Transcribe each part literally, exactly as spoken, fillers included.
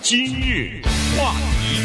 今日话题，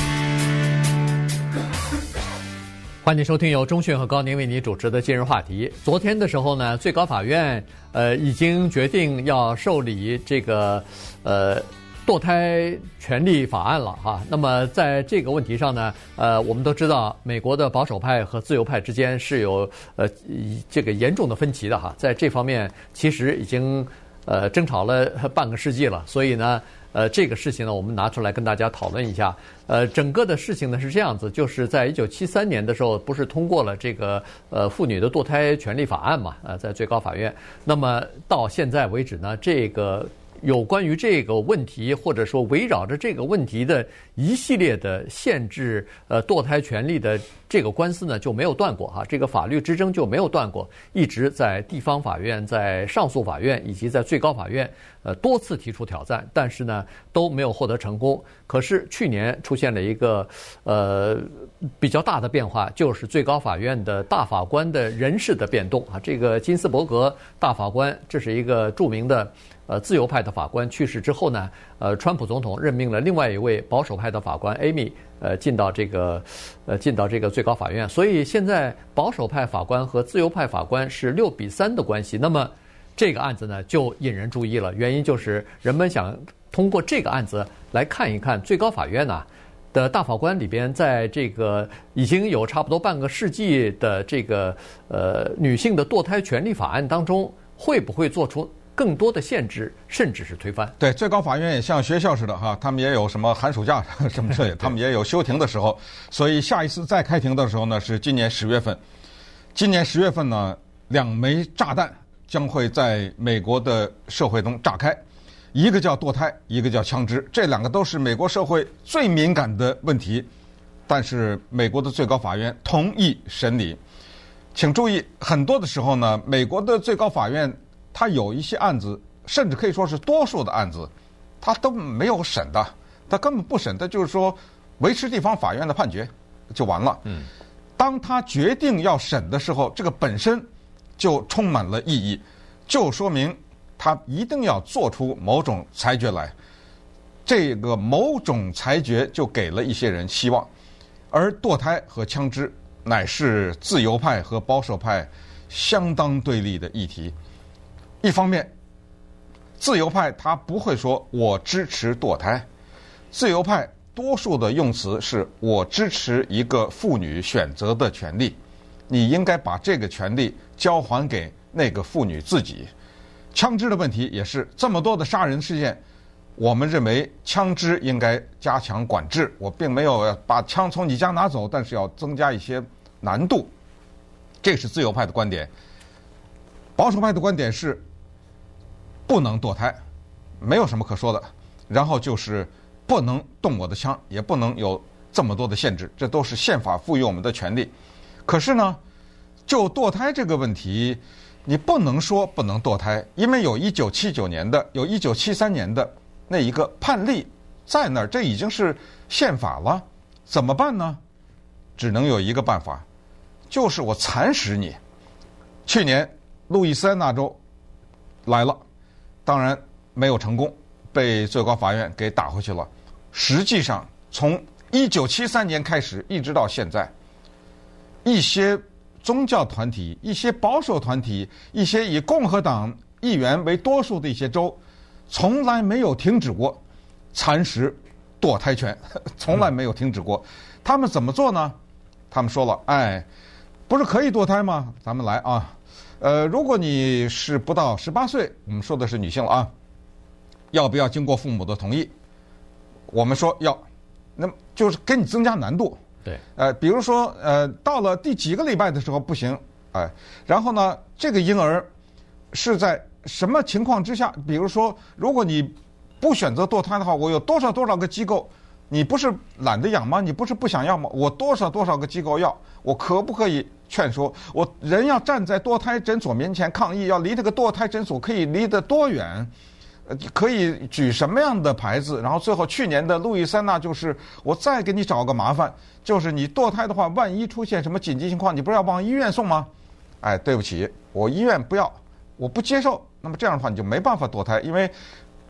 欢迎收听由钟讯和高宁为你主持的今日话题。昨天的时候呢，最高法院呃已经决定要受理这个呃堕胎权利法案了哈。那么在这个问题上呢，呃，我们都知道美国的保守派和自由派之间是有呃这个严重的分歧的哈。在这方面，其实已经呃争吵了半个世纪了，所以呢。呃，这个事情呢，我们拿出来跟大家讨论一下。呃，整个的事情呢是这样子，就是在一九七三年的时候，不是通过了这个呃妇女的堕胎权利法案嘛？呃，在最高法院。那么到现在为止呢，这个有关于这个问题，或者说围绕着这个问题的一系列的限制呃堕胎权利的这个官司呢，就没有断过哈。这个法律之争就没有断过，一直在地方法院、在上诉法院以及在最高法院。呃，多次提出挑战，但是呢都没有获得成功。可是去年出现了一个呃比较大的变化，就是最高法院的大法官的人事的变动啊。这个金斯伯格大法官，这是一个著名的呃自由派的法官，去世之后呢，呃，川普总统任命了另外一位保守派的法官 Amy 呃进到这个呃进到这个最高法院。所以现在保守派法官和自由派法官是六比三的关系。那么这个案子呢，就引人注意了。原因就是人们想通过这个案子来看一看最高法院呐、啊、的大法官里边，在这个已经有差不多半个世纪的这个呃女性的堕胎权利法案当中，会不会做出更多的限制，甚至是推翻？ 对，最高法院也像学校似的哈，他们也有什么寒暑假什么之类的，他们也有休庭的时候。所以下一次再开庭的时候呢，是今年十月份。今年十月份呢，两枚炸弹将会在美国的社会中炸开，一个叫堕胎，一个叫枪支，这两个都是美国社会最敏感的问题。但是美国的最高法院同意审理。请注意，很多的时候呢，美国的最高法院它有一些案子，甚至可以说是多数的案子，它都没有审的，它根本不审，它就是说维持地方法院的判决就完了。嗯，当他决定要审的时候，这个本身就充满了意义，就说明他一定要做出某种裁决来。这个某种裁决就给了一些人希望，而堕胎和枪支乃是自由派和保守派相当对立的议题。一方面，自由派他不会说我支持堕胎，自由派多数的用词是我支持一个妇女选择的权利，你应该把这个权利交还给那个妇女自己。枪支的问题也是这么多的杀人事件，我们认为枪支应该加强管制。我并没有把枪从你家拿走，但是要增加一些难度。这是自由派的观点。保守派的观点是不能堕胎，没有什么可说的。然后就是不能动我的枪，也不能有这么多的限制，这都是宪法赋予我们的权利。可是呢，就堕胎这个问题，你不能说不能堕胎，因为有一九七九年的，有一九七三年的那一个判例在那儿，这已经是宪法了。怎么办呢？只能有一个办法，就是我蚕食你。去年路易斯安那州来了，当然没有成功，被最高法院给打回去了。实际上，从一九七三年开始一直到现在，一些宗教团体、一些保守团体、一些以共和党议员为多数的一些州，从来没有停止过蚕食堕胎权，从来没有停止过。他们怎么做呢？他们说了，哎，不是可以堕胎吗？咱们来啊，呃，如果你是不到十八岁，我们说的是女性了啊，要不要经过父母的同意？我们说要，那么就是给你增加难度。 对， 呃，比如说，呃，到了第几个礼拜的时候不行，哎，然后呢，这个婴儿是在什么情况之下？比如说，如果你不选择堕胎的话，我有多少多少个机构，你不是懒得养吗？你不是不想要吗？我多少多少个机构要，我可不可以劝说？我人要站在堕胎诊所面前抗议，要离这个堕胎诊所可以离得多远？呃，可以举什么样的牌子？然后最后去年的路易斯安那就是我再给你找个麻烦，就是你堕胎的话，万一出现什么紧急情况，你不是要往医院送吗？哎，对不起，我医院不要，我不接受。那么这样的话，你就没办法堕胎，因为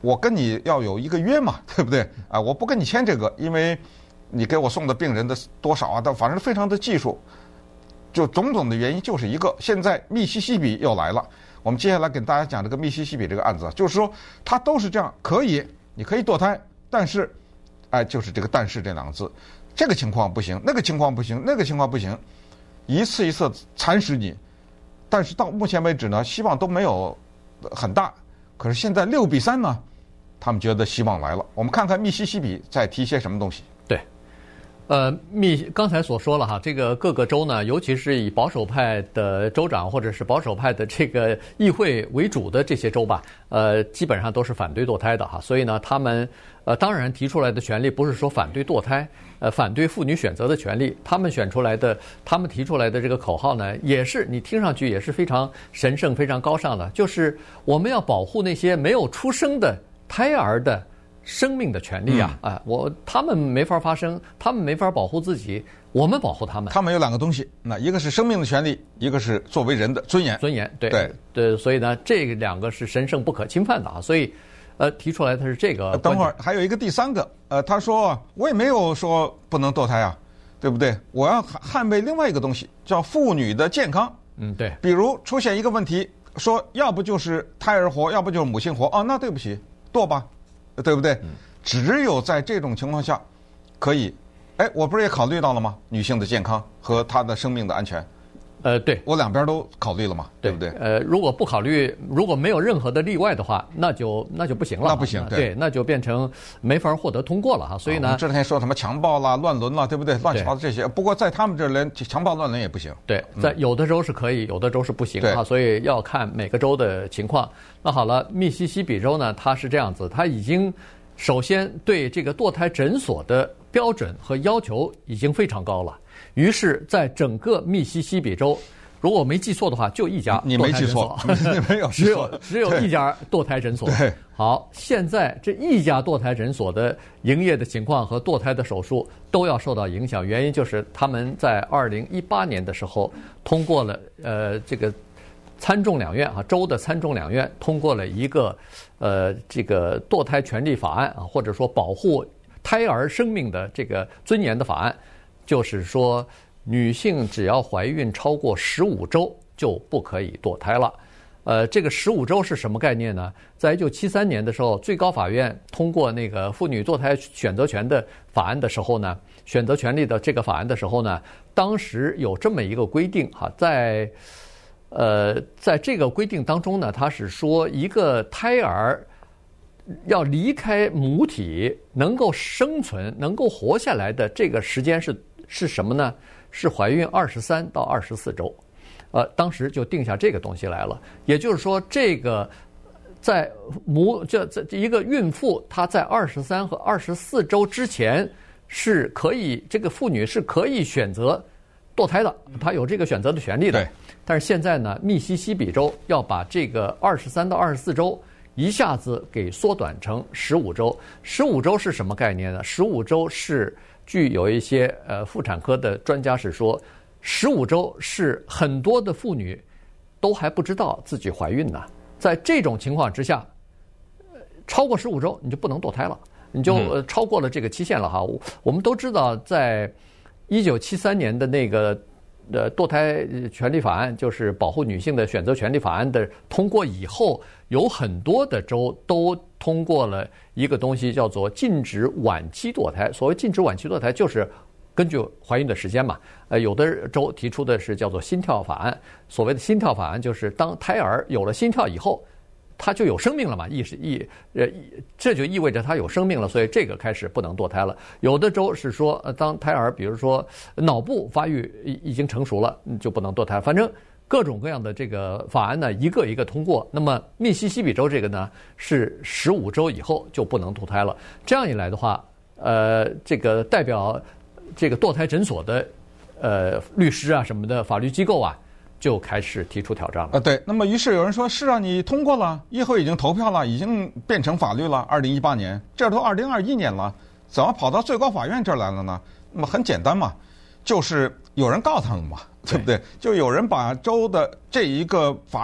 我跟你要有一个约嘛，对不对？啊，我不跟你签这个，因为你给我送的病人的多少啊，但反正非常的技术，就种种的原因就是一个。现在密西西比又来了，我们接下来给大家讲这个密西西比这个案子，就是说它都是这样，可以，你可以堕胎，但是，哎，就是这个但是这两个字，这个情况不行，那个情况不行，那个情况不行，一次一次蚕食你。但是到目前为止呢，希望都没有很大。可是现在六比三呢，他们觉得希望来了。我们看看密西西比在提些什么东西。 对，呃，密刚才所说了哈，这个各个州呢，尤其是以保守派的州长或者是保守派的这个议会为主的这些州吧，呃，基本上都是反对堕胎的哈。所以呢，他们呃当然提出来的权利不是说反对堕胎。呃，反对妇女选择的权利，他们选出来的，他们提出来的这个口号呢，也是你听上去也是非常神圣、非常高尚的，就是我们要保护那些没有出生的胎儿的生命的权利啊！啊、嗯，我他们没法发声，他们没法保护自己，我们保护他们。 他们有两个东西，那一个是生命的权利，一个是作为人的尊严。 尊严，对对对，所以呢，这两个是神圣不可侵犯的啊，所以。呃，提出来的是这个。 等会儿还有一个第三个，呃，他说我也没有说不能堕胎啊，对不对？我要捍卫另外一个东西，叫妇女的健康。 嗯，对。 比如出现一个问题，说要不就是胎儿活，要不就是母亲活，哦，那对不起，堕吧，对不对？嗯、只有在这种情况下，可以，哎，我不是也考虑到了吗？女性的健康和她的生命的安全。 呃，对， 我两边都考虑了嘛，对不对？ 呃，如果不考虑，如果没有任何的例外的话，那就那就不行了， 那不行， 对，对那就变成没法获得通过了哈。所以呢， 啊、之前说什么强暴啦、乱伦啦，对不对？乱七八糟这些，不过在他们这儿连强暴乱伦也不行。 对，在有的州是可以，有的州是不行哈，所以要看每个州的情况。那好了，密西西比州呢，它是这样子，它已经首先对这个堕胎诊所的标准和要求已经非常高了，于是在整个密西西比州。如果我没记错的话，就一家你没记错，你没有只有只有一家堕胎诊所。 对， 好，现在这一家堕胎诊所的营业的情况和堕胎的手术都要受到影响，原因就是他们在二零一八年的时候通过了呃这个参众两院啊州的参众两院通过了一个呃这个堕胎权利法案啊，或者说保护胎儿生命的这个尊严的法案，就是说。女性只要怀孕超过十五周就不可以堕胎了。呃，这个十五周是什么概念呢？在一九七三年的时候，最高法院通过那个妇女堕胎选择权的法案的时候呢，选择权利的这个法案的时候呢，当时有这么一个规定哈，在呃，在这个规定当中呢，它是说一个胎儿要离开母体能够生存、能够活下来的这个时间是是什么呢？是怀孕二十三到二十四周，呃，当时就定下这个东西来了。也就是说，这个在母这这一个孕妇，她在二十三和二十四周之前是可以，这个妇女是可以选择堕胎的，她有这个选择的权利的。但是现在呢，密西西比州要把这个二十三到二十四周一下子给缩短成十五周。十五周是什么概念呢？十五周是。据有一些呃妇产科的专家是说，十五周是很多的妇女都还不知道自己怀孕呢。在这种情况之下，超过十五周你就不能堕胎了，你就呃超过了这个期限了哈。我们都知道，在一九七三年的那个呃堕胎权利法案，就是保护女性的选择权利法案的通过以后，有很多的州都通过了一个东西，叫做禁止晚期堕胎。所谓禁止晚期堕胎，就是根据怀孕的时间嘛。呃，有的州提出的是叫做心跳法案。所谓的心跳法案，就是当胎儿有了心跳以后，它就有生命了嘛，意是意呃，这就意味着它有生命了，所以这个开始不能堕胎了。有的州是说，呃，当胎儿比如说脑部发育已已经成熟了，就不能堕胎。反正。各种各样的这个法案呢，一个一个通过。那么密西西比州这个呢，是十五周以后就不能堕胎了。这样一来的话，呃，这个代表这个堕胎诊所的呃律师啊什么的法律机构啊，就开始提出挑战了。 啊，对。那么于是有人说：“是啊，你通过了，议会已经投票了，已经变成法律了。二零一八年，这都二零二一年了，怎么跑到最高法院这儿来了呢？”那么很简单嘛，就是有人告他们嘛。对不对？就有人把州的这一个法案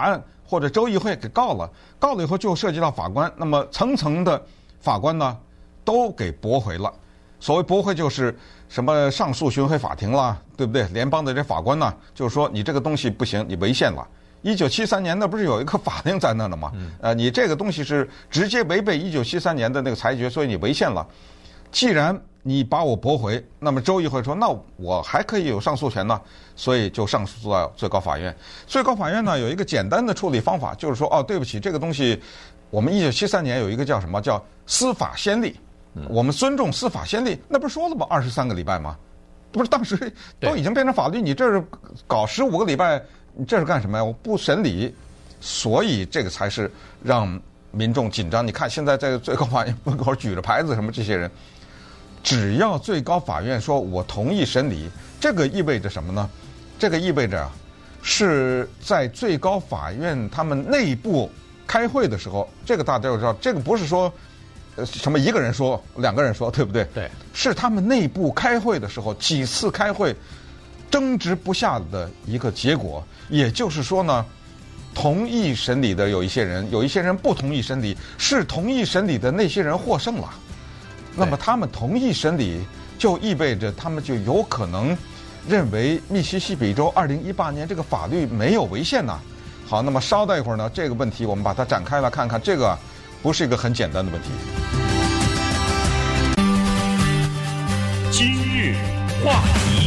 或者州议会给告了，告了以后就涉及到法官，那么层层的法官呢都给驳回了。所谓驳回就是什么上诉巡回法庭啦，对不对？联邦的这法官呢，就是说你这个东西不行，你违宪了。一九七三年那不是有一个法令在那的吗？呃，你这个东西是直接违背一九七三年的那个裁决，所以你违宪了。既然你把我驳回，那么州议会说，那我还可以有上诉权呢，所以就上诉到最高法院。最高法院呢有一个简单的处理方法，就是说，哦，对不起，这个东西我们一九七三年有一个叫什么叫司法先例。我们尊重司法先例，那不是说了吗？二十三个礼拜吗？不是当时都已经变成法律，你这是搞十五个礼拜，你这是干什么呀？我不审理，所以这个才是让民众紧张。你看现在在最高法院门口举着牌子，什么这些人，只要最高法院说我同意审理，这个意味着什么呢？这个意味着啊，是在最高法院他们内部开会的时候，这个大家都知道，这个不是说。呃，什么一个人说，两个人说，对不对？ 对， 是他们内部开会的时候，几次开会争执不下的一个结果。也就是说呢，同意审理的有一些人，有一些人不同意审理，是同意审理的那些人获胜了。那么他们同意审理，就意味着他们就有可能认为密西西比州二零一八年这个法律没有违宪呐。好，那么稍待一会儿呢，这个问题我们把它展开来看看，这个不是一个很简单的问题。 今日话题，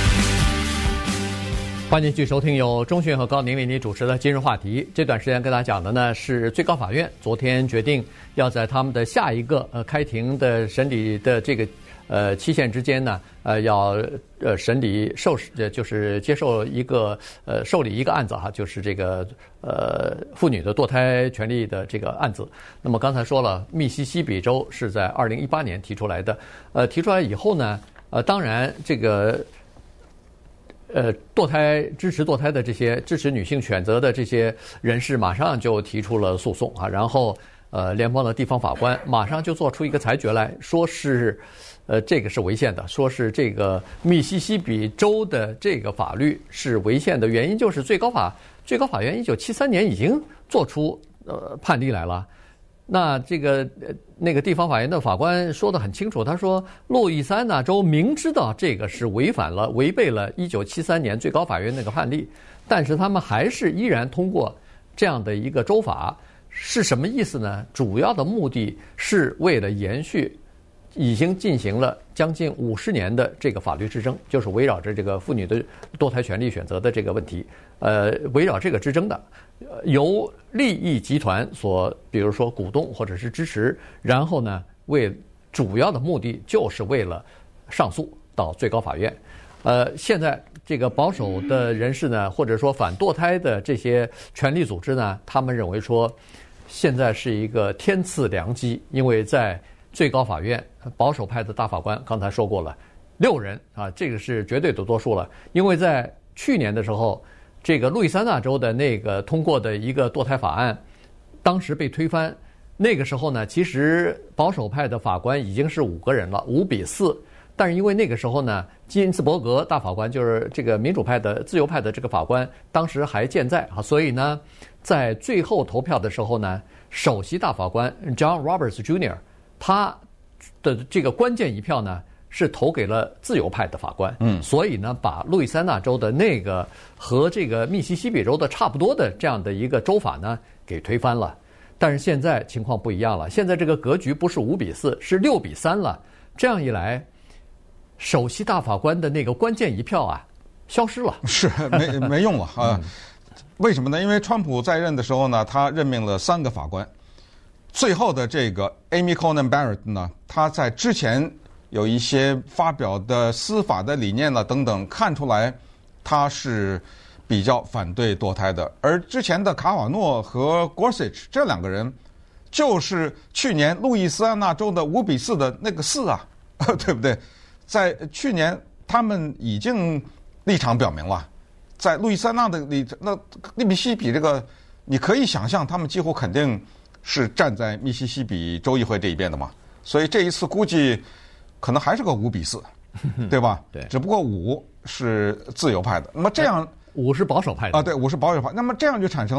欢迎继续收听由钟迅和高宁为您主持的今日话题。这段时间跟大家讲的呢是最高法院昨天决定要在他们的下一个呃开庭的审理的这个呃期限之间呢，呃要呃审理受呃就是接受一个呃受理一个案子哈，就是这个呃妇女的堕胎权利的这个案子。那么刚才说了，密西西比州是在二零一八年提出来的，呃提出来以后呢，呃当然这个。呃，堕胎支持堕胎的这些支持女性选择的这些人士，马上就提出了诉讼啊，然后呃，联邦的地方法官马上就做出一个裁决来说是，呃，这个是违宪的，说是这个密西西比州的这个法律是违宪的，原因就是最高法最高法院一九七三年已经做出呃判例来了。那这个呃那个地方法院的法官说得很清楚，他说路易斯安那州明知道这个是违反了违背了一九七三年最高法院那个判例，但是他们还是依然通过这样的一个州法，是什么意思呢？主要的目的是为了延续已经进行了将近五十年的这个法律之争，就是围绕着这个妇女的堕胎权利选择的这个问题，呃，围绕这个之争的。由利益集团所，比如说鼓动或者是支持，然后呢，为主要的目的就是为了上诉到最高法院。呃，现在这个保守的人士呢，或者说反堕胎的这些权利组织呢，他们认为说，现在是一个天赐良机，因为在最高法院保守派的大法官刚才说过了，六人啊，这个是绝对的多数了，因为在去年的时候。这个路易斯安那州的那个通过的一个堕胎法案，当时被推翻。那个时候呢，其实保守派的法官已经是五个人了，五比四。但是因为那个时候呢，金斯伯格大法官就是这个民主派的、自由派的这个法官，当时还健在啊，所以呢，在最后投票的时候呢，首席大法官 John Roberts Junior 他的这个关键一票呢。是投给了自由派的法官，嗯，所以呢，把路易斯安那州的那个和这个密西西比州的差不多的这样的一个州法呢，给推翻了。但是现在情况不一样了，现在这个格局不是五比四，是六比三了。这样一来，首席大法官的那个关键一票啊，消失了， 是没没用了啊？为什么呢？因为川普在任的时候呢，他任命了三个法官，最后的这个 Amy Coney Barrett 呢，他在之前。有一些发表的司法的理念呢等等，看出来他是比较反对堕胎的。而之前的卡瓦诺和 Gorsuch 这两个人，就是去年路易斯安那州的五比四的那个四啊，对不对？在去年他们已经立场表明了，在路易斯安那的立那密西西比这个，你可以想象他们几乎肯定是站在密西西比州议会这一边的嘛。所以这一次估计。可能还是个五比四，对吧？ 对， 只不过五是自由派的，那么这样五是保守派的啊，对，五是保守派。那么这样就产生了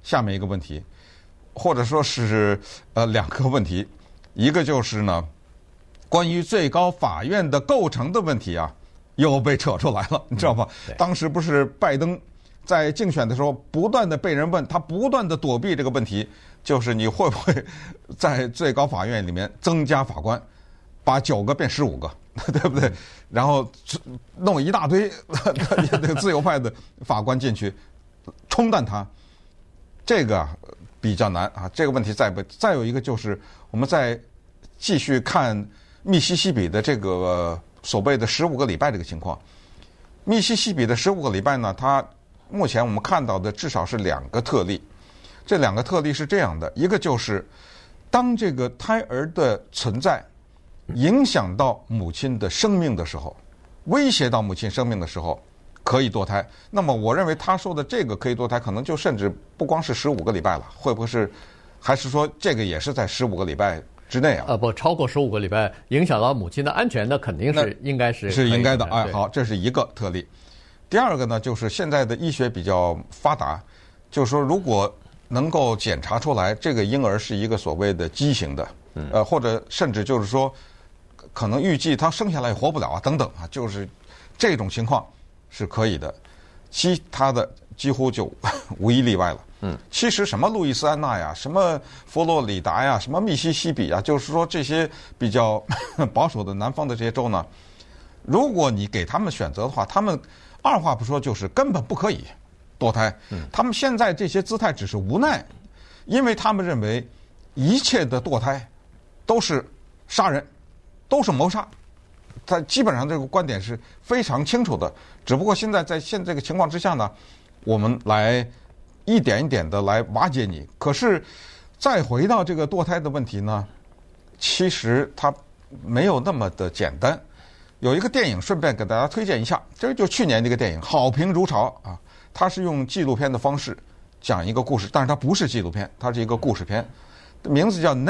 下面一个问题，或者说是呃两个问题，一个就是呢，关于最高法院的构成的问题啊，又被扯出来了，你知道吧？ 嗯、 当时不是拜登在竞选的时候，不断的被人问，他不断的躲避这个问题，就是你会不会在最高法院里面增加法官，把九个变十五个，对不对？然后弄一大堆那个自由派的法官进去冲淡他，这个比较难啊。这个问题再不再有一个就是我们再继续看密西西比的这个所谓的十五个礼拜这个情况。密西西比的十五个礼拜呢，它目前我们看到的至少是两个特例。这两个特例是这样的，一个就是当这个胎儿的存在影响到母亲的生命的时候，威胁到母亲生命的时候，可以堕胎。那么我认为他说的这个可以堕胎，可能就甚至不光是十五个礼拜了，会不会是，还是说这个也是在十五个礼拜之内啊？ 呃，不超过十五个礼拜，影响到母亲的安全，那肯定是应该是是应该的。哎，好，这是一个特例。第二个呢，就是现在的医学比较发达，就是说如果能够检查出来这个婴儿是一个所谓的畸形的，呃，或者甚至就是说可能预计他生下来也活不了啊，等等啊，就是这种情况是可以的，其他的几乎就无一例外了。嗯，其实什么路易斯安那呀，什么佛罗里达呀，什么密西西比啊，就是说这些比较保守的南方的这些州呢，如果你给他们选择的话，他们二话不说就是根本不可以堕胎。嗯，他们现在这些姿态只是无奈，因为他们认为一切的堕胎都是杀人，都是谋杀。他基本上这个观点是非常清楚的，只不过现在在现这个情况之下呢，我们来一点一点的来瓦解你。可是再回到这个堕胎的问题呢，其实它没有那么的简单。有一个电影顺便给大家推荐一下，这就是去年的一个电影，好评如潮啊。它是用纪录片的方式讲一个故事，但是它不是纪录片，它是一个故事片，名字叫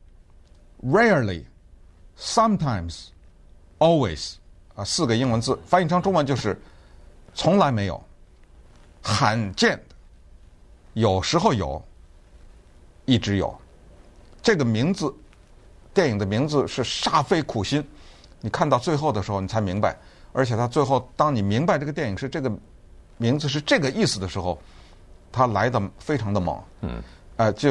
Never、Rarely、Sometimes、Always 啊，四个英文字，翻译成中文就是从来没有、罕见的、有时候有、一直有。这个名字，电影的名字是煞费苦心，你看到最后的时候你才明白，而且它最后当你明白这个电影是这个名字是这个意思的时候，它来的非常的猛。嗯，呃，就是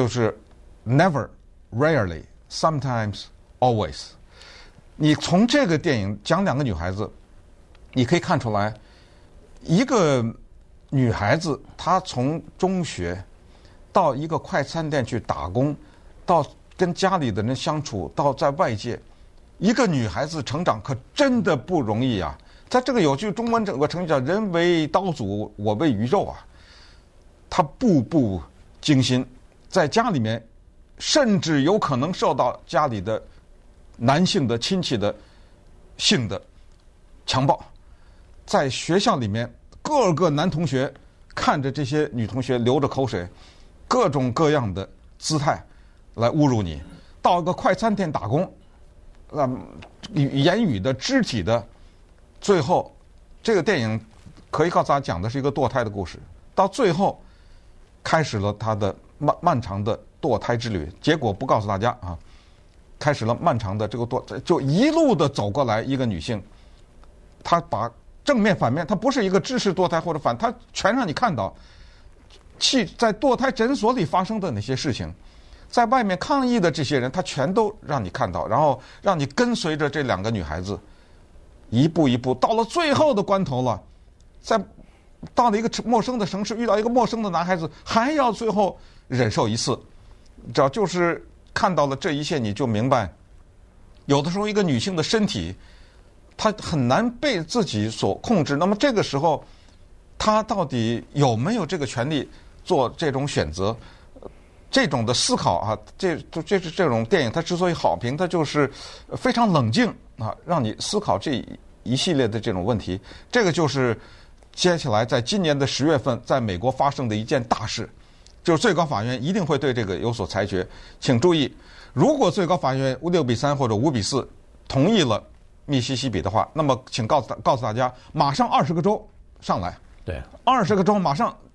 Never、Rarely、Sometimes、Always。你从这个电影讲两个女孩子，你可以看出来，一个女孩子她从中学到一个快餐店去打工，到跟家里的人相处，到在外界，一个女孩子成长可真的不容易啊。它这个有句中文整个成语叫人为刀俎，我为鱼肉啊。她步步惊心，在家里面甚至有可能受到家里的男性的亲戚的性的强暴，在学校里面各个男同学看着这些女同学流着口水，各种各样的姿态来侮辱你。到一个快餐店打工，啊、呃，言语的、肢体的，最后这个电影可以告诉大家讲的是一个堕胎的故事，到最后开始了他的漫漫长的堕胎之旅。结果不告诉大家啊，开始了漫长的这个堕，就一路的走过来。一个女性，她把正面反面，她不是一个支持堕胎或者反，她全让你看到，去在堕胎诊所里发生的那些事情，在外面抗议的这些人，她全都让你看到，然后让你跟随着这两个女孩子一步一步到了最后的关头了，在到了一个陌生的城市，遇到一个陌生的男孩子，还要最后忍受一次。只要就是看到了这一切，你就明白，有的时候一个女性的身体，她很难被自己所控制。那么这个时候，她到底有没有这个权利做这种选择？这种的思考啊，这这是这种电影，它之所以好评，它就是非常冷静啊，让你思考这一系列的这种问题。这个就是接下来在今年的十月份，在美国发生的一件大事，就是最高法院一定会对这个有所裁决。请注意，如果最高法院六比三或者五比四同意了密西西比的话，那么请告诉告诉大家，马上二十个州上来， 对， 二十个州马上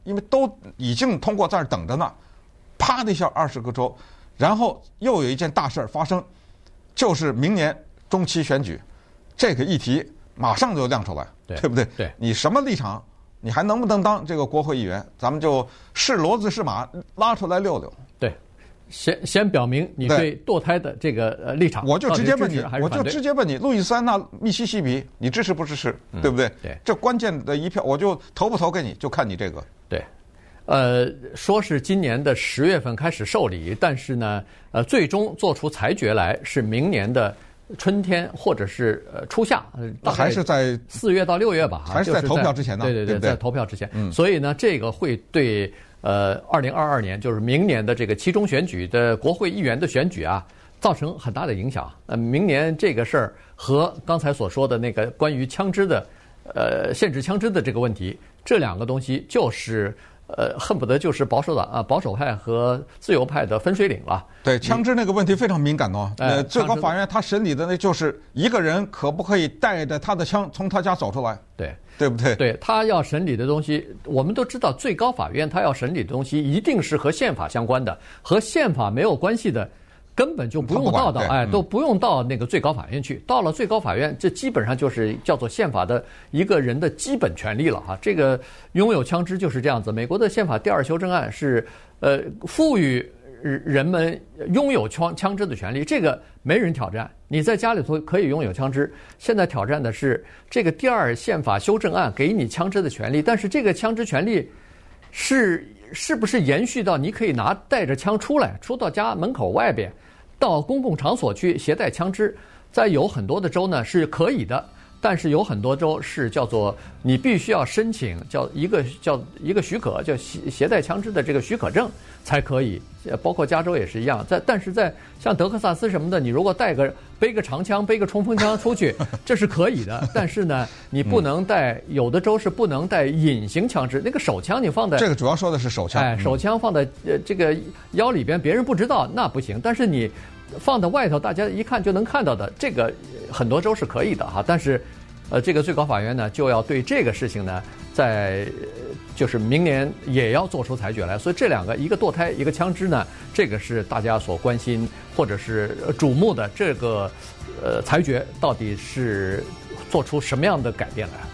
因为都已经通过在这儿等着呢，啪的一下二十个州，然后又有一件大事儿发生，就是明年中期选举，这个议题马上就亮出来， 对, 对不对？ 对， 你什么立场？你还能不能当这个国会议员？咱们就是骡子是马，拉出来溜溜。 对，先先表明你对堕胎的这个呃立场。 我就直接问你，我就直接问你，路易斯安那、密西西比，你支持不支持？ 嗯、 对不对？ 对， 这关键的一票，我就投不投给你，就看你这个。 对，呃，说是今年的十月份开始受理，但是呢，呃，最终做出裁决来是明年的春天或者是呃初夏， 那还是在四月到六月吧， 还是在投票之前呢？ 对对对， 在投票之前。 嗯， 所以呢，这个会对呃二零二二年就是明年的这个期中选举的国会议员的选举啊，造成很大的影响。呃，明年这个事儿和刚才所说的那个关于枪支的呃限制枪支的这个问题，这两个东西就是呃恨不得就是保守党啊保守派和自由派的分水岭了。 对，枪支那个问题非常敏感哦。呃，最高法院他审理的那就是一个人可不可以带着他的枪从他家走出来， 对对不对？ 对，他要审理的东西，我们都知道，最高法院他要审理的东西一定是和宪法相关的，和宪法没有关系的，根本就不用到到哎，都不用到那个最高法院去。到了最高法院，这基本上就是叫做宪法的一个人的基本权利了哈。这个拥有枪支就是这样子。美国的宪法第二修正案是呃赋予人们拥有枪枪支的权利，这个没人挑战。你在家里头可以拥有枪支，现在挑战的是这个第二宪法修正案给你枪支的权利，但是这个枪支权利是是不是延续到你可以拿带着枪出来，出到家门口外边，到公共场所去携带枪支，在有很多的州呢是可以的。但是有很多州是叫做你必须要申请叫一个叫一个许可，叫携携带枪支的这个许可证才可以，包括加州也是一样。在但是在像德克萨斯什么的，你如果带个背个长枪、背个冲锋枪出去，这是可以的。但是呢，你不能带，有的州是不能带隐形枪支，那个手枪你放在这个主要说的是手枪， 哎，手枪放在呃这个腰里边，别人不知道那不行。但是你放在外头，大家一看就能看到的，这个很多州是可以的哈。但是，呃，这个最高法院呢，就要对这个事情呢，在就是明年也要做出裁决来。所以这两个，一个堕胎，一个枪支呢，这个是大家所关心或者是瞩目的。这个呃裁决到底是做出什么样的改变来？